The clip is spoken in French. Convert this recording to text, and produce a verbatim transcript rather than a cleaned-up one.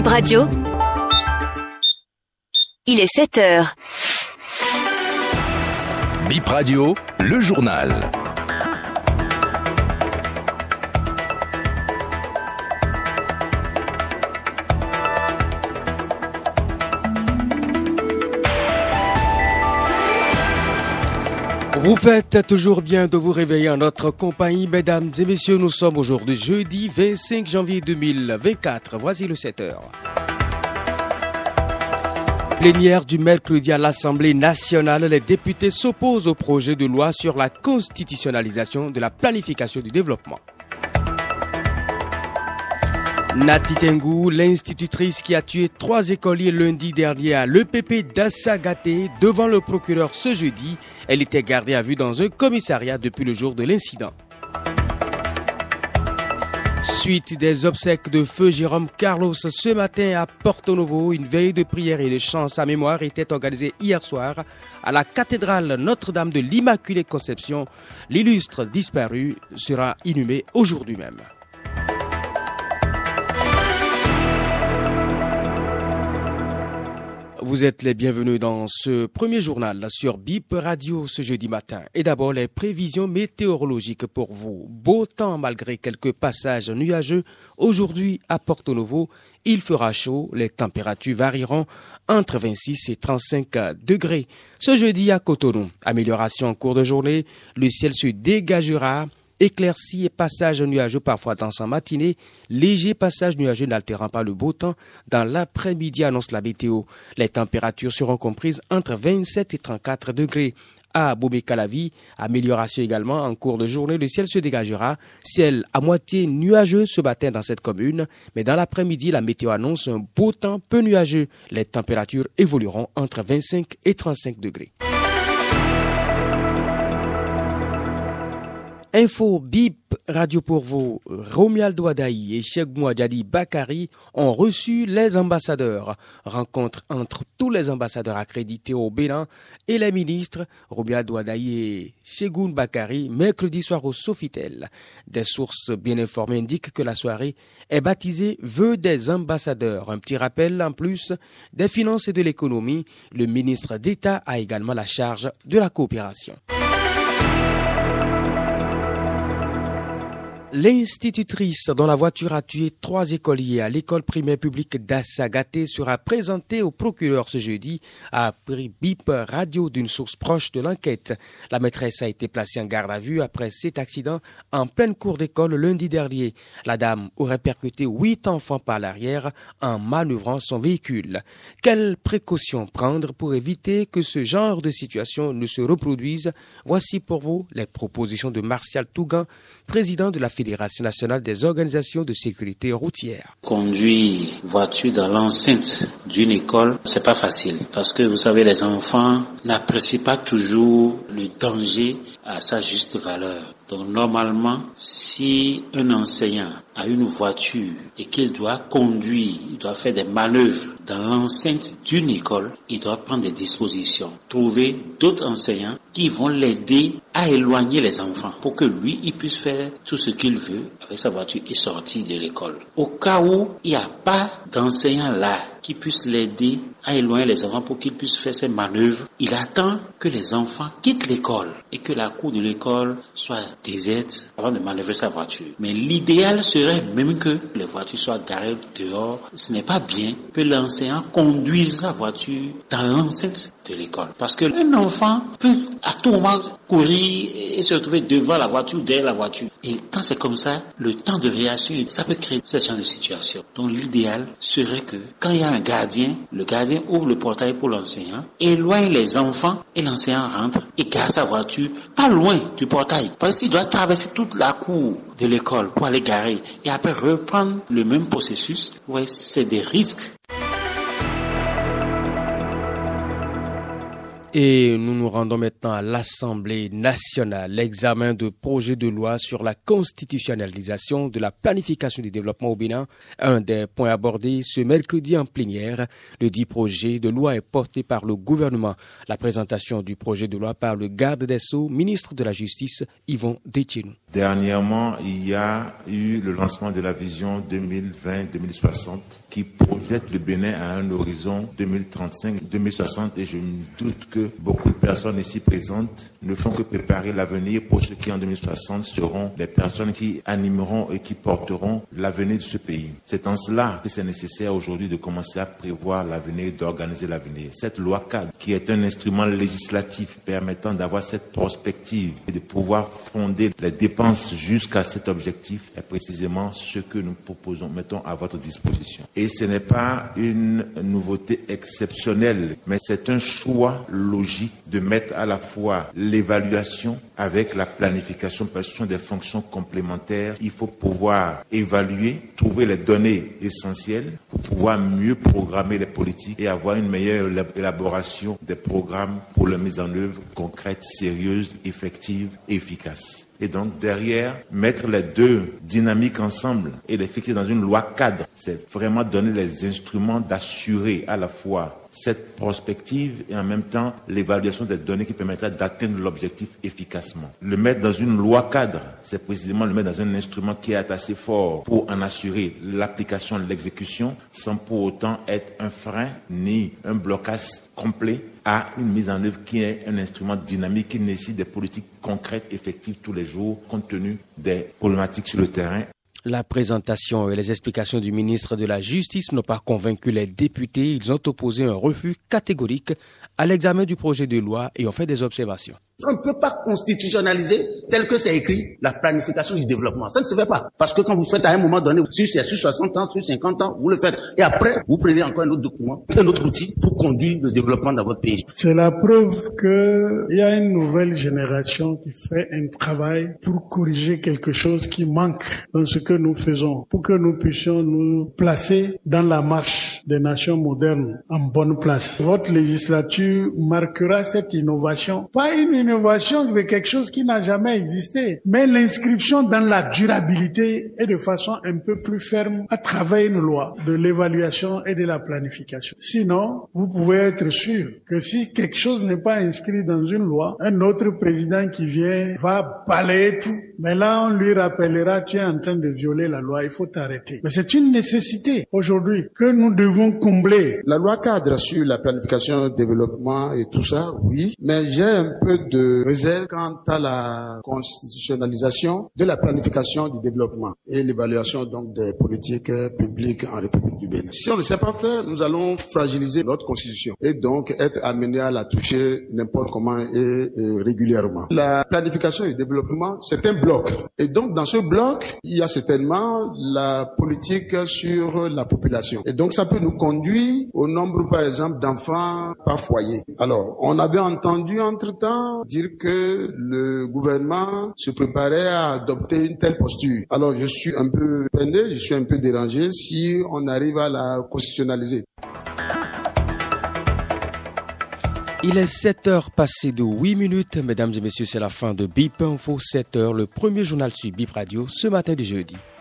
Bip Radio. Il est sept heures. Bip Radio, le journal. Vous faites toujours bien de vous réveiller en notre compagnie, mesdames et messieurs. Nous sommes aujourd'hui jeudi vingt-cinq janvier deux mille vingt-quatre. Voici le sept heures. Plénière du mercredi à l'Assemblée nationale, les députés s'opposent au projet de loi sur la constitutionnalisation de la planification du développement. Nati Tengou, l'institutrice qui a tué trois écoliers lundi dernier à l'E P P d'Assagaté devant le procureur ce jeudi, elle était gardée à vue dans un commissariat depuis le jour de l'incident. Suite des obsèques de feu Jérôme Carlos ce matin à Porto Novo, une veille de prière et de chant à mémoire était organisée hier soir à la cathédrale Notre-Dame de l'Immaculée Conception. L'illustre disparu sera inhumé aujourd'hui même. Vous êtes les bienvenus dans ce premier journal sur Bip Radio ce jeudi matin. Et d'abord, les prévisions météorologiques pour vous. Beau temps malgré quelques passages nuageux. Aujourd'hui, à Porto Novo, il fera chaud. Les températures varieront entre vingt-six et trente-cinq degrés. Ce jeudi, à Cotonou, amélioration en cours de journée. Le ciel se dégagera. Éclaircies et passages nuageux parfois denses en matinée, léger passage nuageux n'altérant pas le beau temps. Dans l'après-midi, annonce la météo. Les températures seront comprises entre vingt-sept et trente-quatre degrés. À Bobé-Calavi, amélioration également en cours de journée, le ciel se dégagera. Ciel à moitié nuageux ce matin dans cette commune, mais dans l'après-midi, la météo annonce un beau temps peu nuageux. Les températures évolueront entre vingt-cinq et trente-cinq degrés. Info Bip Radio pour vous, Romualdo Adaï et Cheikh Mouadjadi Bakari ont reçu les ambassadeurs. Rencontre entre tous les ambassadeurs accrédités au Bénin et les ministres, Romualdo Adaï et Cheikh Bakari, mercredi soir au Sofitel. Des sources bien informées indiquent que la soirée est baptisée Vœux des ambassadeurs. Un petit rappel en plus des finances et de l'économie. Le ministre d'État a également la charge de la coopération. L'institutrice dont la voiture a tué trois écoliers à l'école primaire publique d'Assagaté sera présentée au procureur ce jeudi, a appris Bip Radio d'une source proche de l'enquête. La maîtresse a été placée en garde à vue après cet accident en pleine cour d'école lundi dernier. La dame aurait percuté huit enfants par l'arrière en manœuvrant son véhicule. Quelles précautions prendre pour éviter que ce genre de situation ne se reproduise? Voici pour vous les propositions de Martial Tougan, président de la Fédération nationale des organisations de sécurité routière. Conduire voiture dans l'enceinte d'une école, c'est pas facile parce que vous savez, les enfants n'apprécient pas toujours le danger à sa juste valeur. Donc normalement, si un enseignant a une voiture et qu'il doit conduire, il doit faire des manœuvres dans l'enceinte d'une école, il doit prendre des dispositions. Trouver d'autres enseignants qui vont l'aider à éloigner les enfants pour que lui, il puisse faire tout ce qu'il veut avec sa voiture et sortir de l'école. Au cas où il n'y a pas d'enseignant là qui puisse l'aider à éloigner les enfants pour qu'il puisse faire ses manœuvres, il attend que les enfants quittent l'école et que la cour de l'école soit déserte avant de manœuvrer sa voiture. Mais l'idéal serait même que les voitures soient garées dehors. Ce n'est pas bien que l'enseignant conduise sa voiture dans l'enceinte de l'école. Parce qu'un enfant peut à tout moment courir et se retrouver devant la voiture, derrière la voiture. Et quand c'est comme ça, le temps de réaction, ça peut créer ce genre de situation. Donc l'idéal serait que quand il y a un gardien, le gardien ouvre le portail pour l'enseignant, éloigne les enfants et l'enseignant rentre et garde sa voiture pas loin du portail. Parce qu'il doit traverser toute la cour de l'école pour aller garer et après reprendre le même processus. Ouais, c'est des risques. Et nous nous rendons maintenant à l'Assemblée nationale. L'examen de projet de loi sur la constitutionnalisation de la planification du développement au Bénin, un des points abordés ce mercredi en plénière. Le dit projet de loi est porté par le gouvernement. La présentation du projet de loi par le garde des Sceaux, ministre de la Justice, Yvon Detchenou. Dernièrement, il y a eu le lancement de la vision deux mille vingt deux mille soixante qui projette le Bénin à un horizon deux mille trente-cinq deux mille soixante et je me doute que beaucoup de personnes ici présentes ne font que préparer l'avenir pour ceux qui en deux mille soixante seront les personnes qui animeront et qui porteront l'avenir de ce pays. C'est en cela que c'est nécessaire aujourd'hui de commencer à prévoir l'avenir et d'organiser l'avenir. Cette loi cadre, qui est un instrument législatif permettant d'avoir cette prospective et de pouvoir fonder les dépenses jusqu'à cet objectif, est précisément ce que nous proposons, mettons à votre disposition. Et ce n'est pas une nouveauté exceptionnelle, mais c'est un choix logique de mettre à la fois l'évaluation avec la planification, parce que ce sont des fonctions complémentaires. Il faut pouvoir évaluer, trouver les données essentielles pour pouvoir mieux programmer les politiques et avoir une meilleure élaboration des programmes pour la mise en œuvre concrète, sérieuse, effective et efficace. Et donc derrière, mettre les deux dynamiques ensemble et les fixer dans une loi cadre, c'est vraiment donner les instruments d'assurer à la fois cette prospective et en même temps l'évaluation des données qui permettra d'atteindre l'objectif efficacement. Le mettre dans une loi cadre, c'est précisément le mettre dans un instrument qui est assez fort pour en assurer l'application, l'exécution, sans pour autant être un frein ni un blocage complet à une mise en œuvre qui est un instrument dynamique qui nécessite des politiques concrètes, effectives tous les jours, compte tenu des problématiques sur le terrain. La présentation et les explications du ministre de la Justice n'ont pas convaincu les députés. Ils ont opposé un refus catégorique à l'examen du projet de loi et ont fait des observations. On ne peut pas constitutionnaliser tel que c'est écrit la planification du développement. Ça ne se fait pas. Parce que quand vous faites à un moment donné, si c'est sur soixante ans, sur cinquante ans, vous le faites. Et après, vous prenez encore un autre document, un autre outil pour conduire le développement dans votre pays. C'est la preuve qu'il y a une nouvelle génération qui fait un travail pour corriger quelque chose qui manque dans ce que nous faisons, pour que nous puissions nous placer dans la marche des nations modernes en bonne place. Votre législature marquera cette innovation, pas une innovation de quelque chose qui n'a jamais existé, mais l'inscription dans la durabilité et de façon un peu plus ferme à travers une loi de l'évaluation et de la planification. Sinon, vous pouvez être sûr que si quelque chose n'est pas inscrit dans une loi, un autre président qui vient va balayer tout. Mais là, on lui rappellera, tu es en train de violer la loi, il faut t'arrêter. Mais c'est une nécessité aujourd'hui que nous devons combler. La loi cadre sur la planification, développement et tout ça, oui, mais j'ai un peu de de réserve quant à la constitutionnalisation de la planification du développement et l'évaluation donc des politiques publiques en République du Bénin. Si on ne sait pas faire, nous allons fragiliser notre constitution et donc être amenés à la toucher n'importe comment et, et régulièrement. La planification du développement, c'est un bloc. Et donc dans ce bloc, il y a certainement la politique sur la population. Et donc ça peut nous conduire au nombre par exemple d'enfants par foyer. Alors, on avait entendu entre-temps dire que le gouvernement se préparait à adopter une telle posture. Alors je suis un peu peiné, je suis un peu dérangé si on arrive à la constitutionnaliser. Il est sept heures passées de huit minutes. Mesdames et messieurs, c'est la fin de Bip Info sept heures, le premier journal sur Bip Radio ce matin du jeudi.